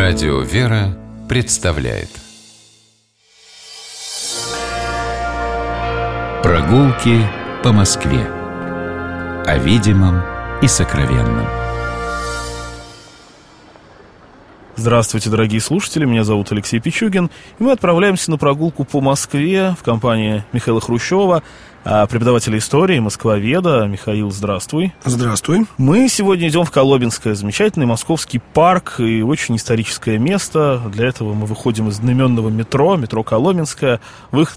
Радио «Вера» представляет прогулки по Москве. О видимом и сокровенном. Здравствуйте, дорогие слушатели, меня зовут Алексей Пичугин, и мы отправляемся на прогулку по Москве в компании Михаила Хрущева, преподавателя истории, москвоведа. Михаил, здравствуй. Здравствуй. Мы сегодня идем в Коломенское, замечательный московский парк и очень историческое место. Для этого мы выходим из знаменного метро Коломенское, выход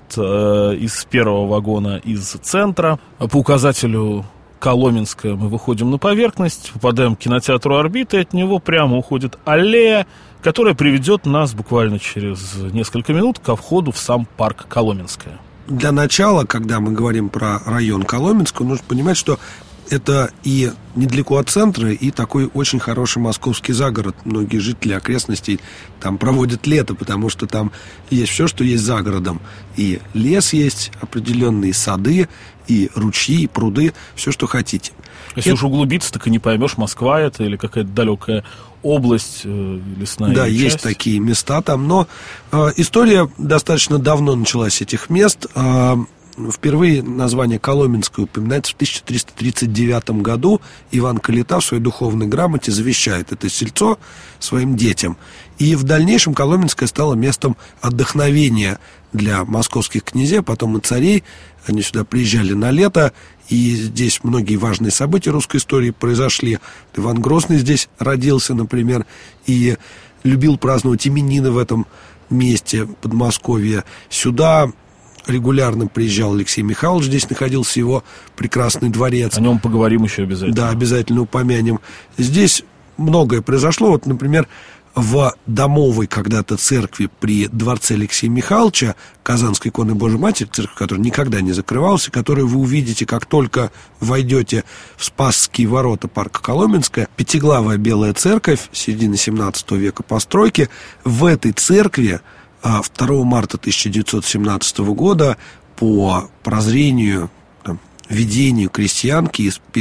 из первого вагона из центра. По указателю Коломенское мы выходим на поверхность, попадаем к кинотеатру «Орбита», и от него прямо уходит аллея, которая приведет нас буквально через несколько минут ко входу в сам парк Коломенское. Для начала, когда мы говорим про район Коломенского, нужно понимать, что это и недалеко от центра, и такой очень хороший московский загород. Многие жители окрестностей там проводят лето, потому что там есть все, что есть за городом. И лес есть определенные, сады, и ручьи, и пруды, все, что хотите. Если уж углубиться, так и не поймешь, Москва это или какая-то далекая область, лесная да, часть. Есть такие места там, но история достаточно давно началась с этих мест. Впервые название Коломенское упоминается в 1339 году. Иван Калита в своей духовной грамоте завещает это сельцо своим детям. И в дальнейшем Коломенское стало местом отдохновения для московских князей, потом и царей. Они сюда приезжали на лето, и здесь многие важные события русской истории произошли. Иван Грозный здесь родился, например, и любил праздновать именины в этом месте, Подмосковье. Сюда регулярно приезжал Алексей Михайлович, здесь находился его прекрасный дворец. О нем поговорим еще обязательно. Да, обязательно упомянем. Здесь многое произошло. Вот, например, в домовой когда-то церкви при дворце Алексея Михайловича, Казанской иконы Божией Матери, церковь, которая никогда не закрывалась, и которую вы увидите, как только войдете в Спасские ворота парка Коломенское, пятиглавая белая церковь середины 17 века постройки. В этой церкви 2 марта 1917 года по прозрению, видению крестьянки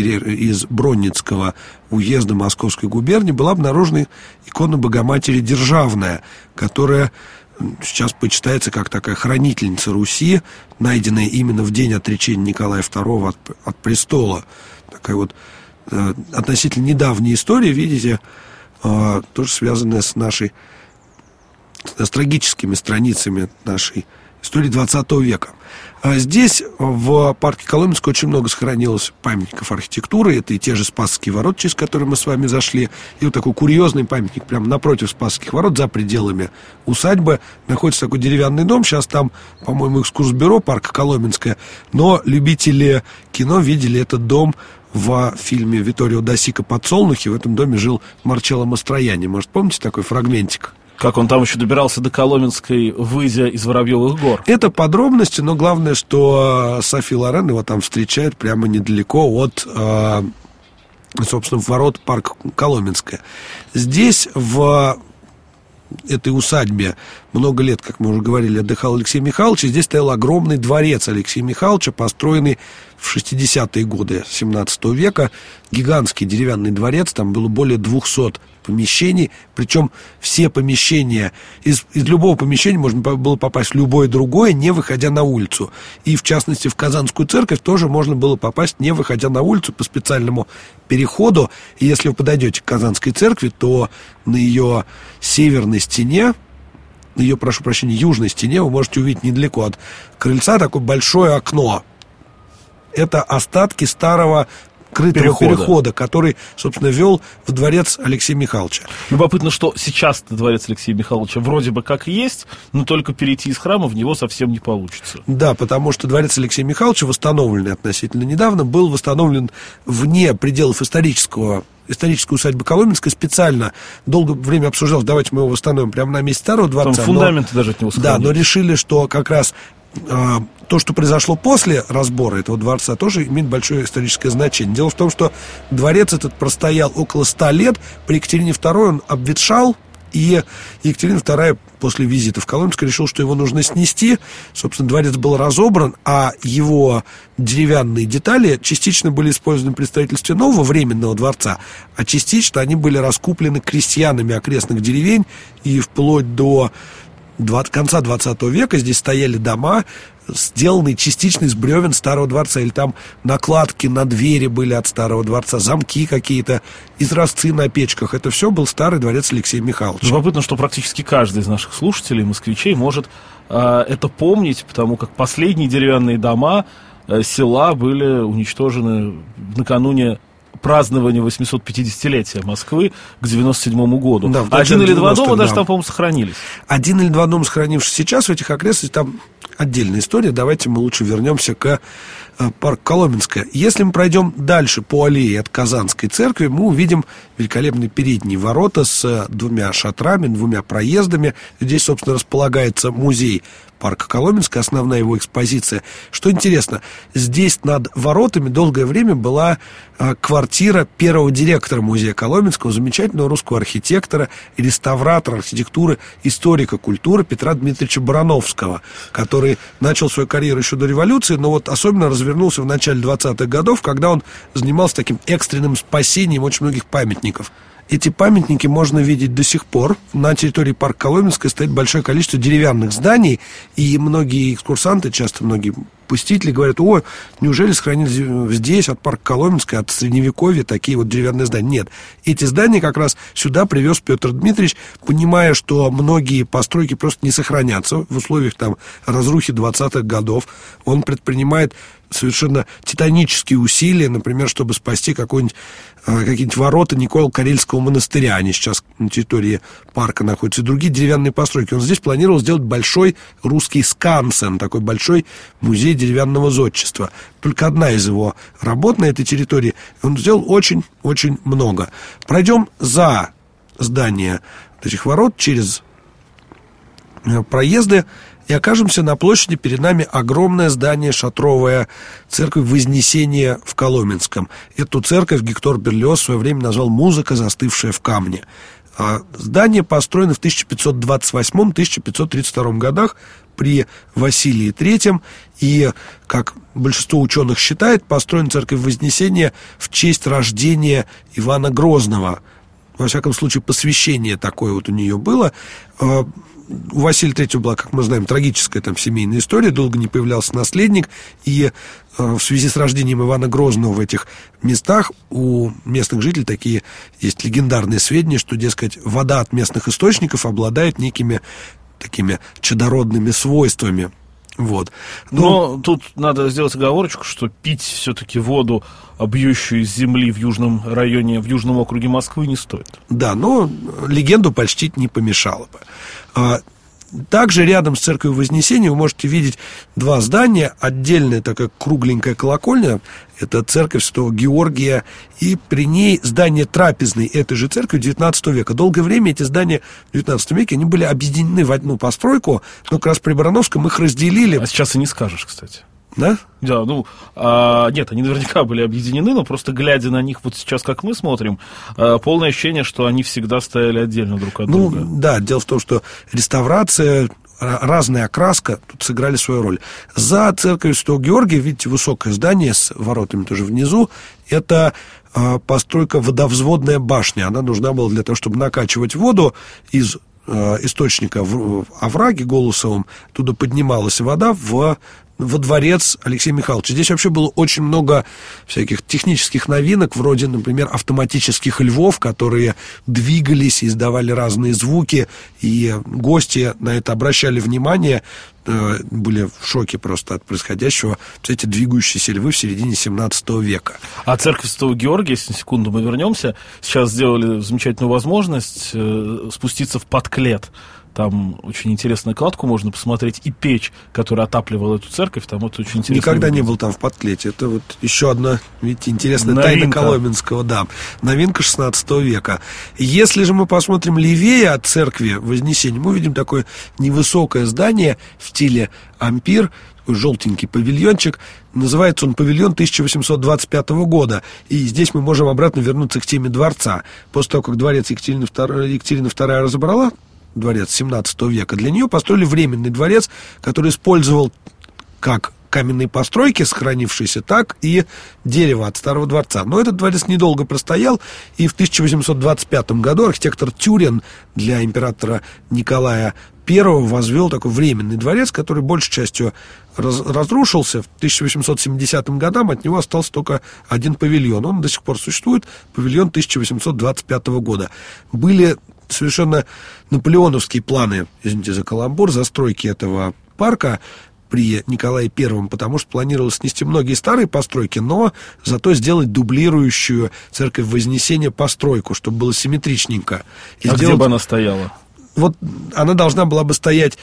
из Бронницкого уезда Московской губернии была обнаружена икона Богоматери Державная, которая сейчас почитается как такая хранительница Руси, найденная именно в день отречения Николая II от престола. Такая вот относительно недавняя история, видите, тоже связанная с трагическими страницами нашей истории 20 века. Здесь, в парке Коломенского, очень много сохранилось памятников архитектуры. Это и те же Спасские ворота, через которые мы с вами зашли. И вот такой курьезный памятник прямо напротив Спасских ворот, за пределами усадьбы, находится такой деревянный дом. Сейчас там, по-моему, экскурсбюро парка Коломенское. Но любители кино видели этот дом в фильме Витторио да Сика «Подсолнухи». В этом доме жил Марчелло Мастроянни. Может, помните такой фрагментик? Как он там еще добирался до Коломенской, выйдя из Воробьевых гор. Это подробности, но главное, что Софи Лорен его там встречает прямо недалеко от, собственно, ворот парка Коломенское. Здесь, в этой усадьбе, много лет, как мы уже говорили, отдыхал Алексей Михайлович, и здесь стоял огромный дворец Алексея Михайловича, построенный в 60-е годы 17 века. Гигантский деревянный дворец, там было более 200 помещений, причем все помещения, из любого помещения можно было попасть в любое другое, не выходя на улицу. И в частности в Казанскую церковь тоже можно было попасть, не выходя на улицу, по специальному переходу. И если вы подойдете к Казанской церкви, то на ее северной стене, на ее, прошу прощения, южной стене вы можете увидеть недалеко от крыльца такое большое окно. Это остатки старого крытого перехода, который, собственно, вел в дворец Алексея Михайловича. Любопытно, что сейчас дворец Алексея Михайловича вроде бы как есть, но только перейти из храма в него совсем не получится. Да, потому что дворец Алексея Михайловича, восстановленный относительно недавно, был восстановлен вне пределов исторической усадьбы Коломенской, специально долгое время обсуждалось, давайте мы его восстановим прямо на месте старого дворца. Там фундаменты даже от него сохранились. Да, но решили, что как раз то, что произошло после разбора этого дворца, тоже имеет большое историческое значение. Дело в том, что дворец этот простоял около 100 лет. При Екатерине II он обветшал, И Екатерина II после визита в Коломенск решила, что его нужно снести. Собственно, дворец был разобран, а его деревянные детали частично были использованы при строительстве нового временного дворца, а частично они были раскуплены крестьянами окрестных деревень, и вплоть до конца 20 века здесь стояли дома, сделанные частично из бревен старого дворца, или там накладки на двери были от старого дворца, замки какие-то, изразцы на печках. Это все был старый дворец Алексея Михайловича. Любопытно, что практически каждый из наших слушателей, москвичей, может это помнить, потому как последние деревянные дома села были уничтожены накануне празднования 850-летия Москвы к 97 году. Да, один или два дома даже там, по-моему, сохранились. Один или два дома сохранившись сейчас в этих окрестностях, там отдельная история. Давайте мы лучше вернемся к парку Коломенское. Если мы пройдем дальше по аллее от Казанской церкви, мы увидим великолепные передние ворота с двумя шатрами, двумя проездами. Здесь, собственно, располагается музей парка Коломенское, основная его экспозиция. Что интересно, здесь над воротами долгое время была квартира первого директора музея Коломенского, замечательного русского архитектора, реставратора архитектуры, историка культуры Петра Дмитриевича Барановского, который начал свою карьеру еще до революции, но вот особенно развернулся в начале 20-х годов, когда он занимался таким экстренным спасением очень многих памятников. Эти памятники можно видеть до сих пор. На территории парка Коломенское стоит большое количество деревянных зданий, и многие экскурсанты, часто многие посетители говорят: ой, неужели сохранились здесь от парка Коломенское, от Средневековья такие вот деревянные здания? Нет, эти здания как раз сюда привез Петр Дмитриевич, понимая, что многие постройки просто не сохранятся в условиях там разрухи 20-х годов. Он предпринимает совершенно титанические усилия, например, чтобы спасти какие-нибудь ворота Николо-Карельского монастыря. Они сейчас на территории парка находятся. И другие деревянные постройки. Он здесь планировал сделать большой русский скансен, такой большой музей деревянного зодчества. Только одна из его работ на этой территории. Он сделал очень-очень много. Пройдем за здание этих ворот, через проезды, и окажемся на площади. Перед нами огромное здание, шатровая церковь Вознесения в Коломенском. Эту церковь Гектор Берлиоз в свое время назвал «музыка, застывшая в камне». Здание построено в 1528-1532 годах при Василии III, и, как большинство ученых считает, построена церковь Вознесения в честь рождения Ивана Грозного. Во всяком случае, посвящение такое вот у нее было. У Василия III была, как мы знаем, трагическая там семейная история, долго не появлялся наследник, и в связи с рождением Ивана Грозного в этих местах у местных жителей такие есть легендарные сведения, что, дескать, вода от местных источников обладает некими такими чадородными свойствами. Вот. Но тут надо сделать оговорочку, что пить все-таки воду, бьющую из земли в южном районе, в южном округе Москвы, не стоит. Да, но легенду почтить не помешало бы. Также рядом с церковью Вознесения вы можете видеть два здания. Отдельная такая кругленькая колокольня, это церковь Святого Георгия, и при ней здание трапезной этой же церкви 19 века. Долгое время эти здания в 19 веке они были объединены в одну постройку, но как раз при Барановском их разделили. А сейчас и не скажешь, кстати. Да? Да, нет, они наверняка были объединены, но просто глядя на них вот сейчас, как мы смотрим, полное ощущение, что они всегда стояли отдельно друг от друга. Да, дело в том, что реставрация, разная окраска тут сыграли свою роль. За церковью Святого Георгия, видите, высокое здание с воротами тоже внизу, это постройка водовзводная башня. Она нужна была для того, чтобы накачивать воду из источника в овраге Голосовом. Туда поднималась вода во дворец Алексея Михайловича. Здесь вообще было очень много всяких технических новинок, вроде, например, автоматических львов, которые двигались и издавали разные звуки, и гости на это обращали внимание, были в шоке просто от происходящего. Эти двигающиеся львы в середине 17 века. А церковь Святого Георгия, если на секунду мы вернемся, сейчас сделали замечательную возможность спуститься в подклет Там очень интересную кладку можно посмотреть, и печь, которая отапливала эту церковь, там вот очень интересно. Никогда не был там в Подклете. Это вот еще одна, видите, интересная тайна Коломенского, да. Новинка 16 века. Если же мы посмотрим левее от церкви Вознесения, мы увидим такое невысокое здание в стиле ампир, такой желтенький павильончик. Называется он павильон 1825 года. И здесь мы можем обратно вернуться к теме дворца. После того, как дворец Екатерина II разобрала, дворец 17 века, для нее построили временный дворец, который использовал как каменные постройки, сохранившиеся, так и дерево от старого дворца. Но этот дворец недолго простоял, и в 1825 году архитектор Тюрин для императора Николая I возвел такой временный дворец, который большей частью разрушился. В 1870 годам от него остался только один павильон. Он до сих пор существует, павильон 1825 года. Были совершенно наполеоновские планы, извините за каламбур, застройки этого парка при Николае I, потому что планировалось снести многие старые постройки, но зато сделать дублирующую церковь Вознесения постройку, чтобы было симметричненько. Где бы она стояла? Вот она должна была бы стоять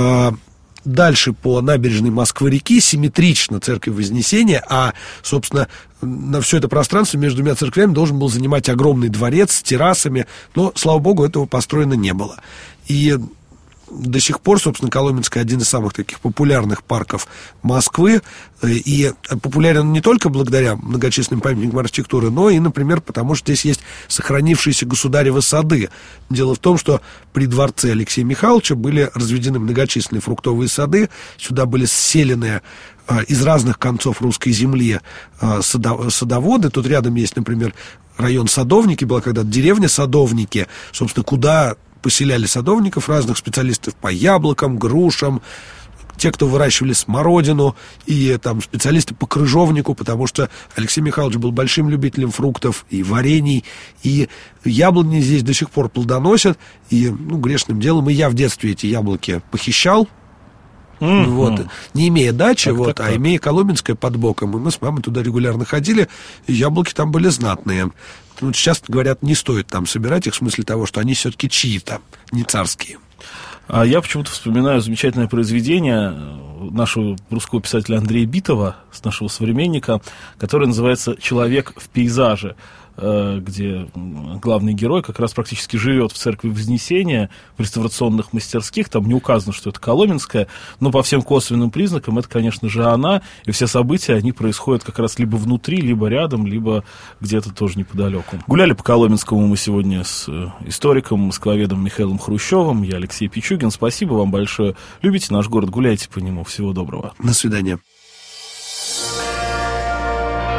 дальше по набережной Москвы-реки, симметрично церковь Вознесения, а, собственно, на все это пространство между двумя церквями должен был занимать огромный дворец с террасами, но, слава богу, этого построено не было. И до сих пор, собственно, Коломенская один из самых таких популярных парков Москвы, и популярен он не только благодаря многочисленным памятникам архитектуры, но и, например, потому что здесь есть сохранившиеся государевы сады. Дело в том, что при дворце Алексея Михайловича были разведены многочисленные фруктовые сады, сюда были сселены из разных концов русской земли садоводы. Тут рядом есть, например, район Садовники, была когда-то деревня Садовники, собственно, куда поселяли садовников, разных специалистов по яблокам, грушам, те, кто выращивали смородину, и там специалисты по крыжовнику, потому что Алексей Михайлович был большим любителем фруктов и варений, и яблони здесь до сих пор плодоносят, и, грешным делом, и я в детстве эти яблоки похищал, вот, не имея дачи, а имея Коломенское под боком, и мы с мамой туда регулярно ходили, и яблоки там были знатные. Сейчас, говорят, не стоит там собирать их, в смысле того, что они все-таки чьи-то, не царские. А я почему-то вспоминаю замечательное произведение нашего русского писателя Андрея Битова, нашего современника, которое называется «Человек в пейзаже», где главный герой как раз практически живет в церкви Вознесения, в реставрационных мастерских. Там не указано, что это Коломенская, но по всем косвенным признакам это, конечно же, она. И все события, они происходят как раз либо внутри, либо рядом, либо где-то тоже неподалеку. Гуляли по Коломенскому мы сегодня с историком, москвоведом Михаилом Хрущевым. Я Алексей Пичугин. Спасибо вам большое. Любите наш город, гуляйте по нему. Всего доброго. До свидания.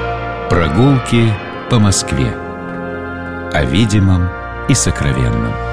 Прогулки по Москве. О видимом и сокровенном.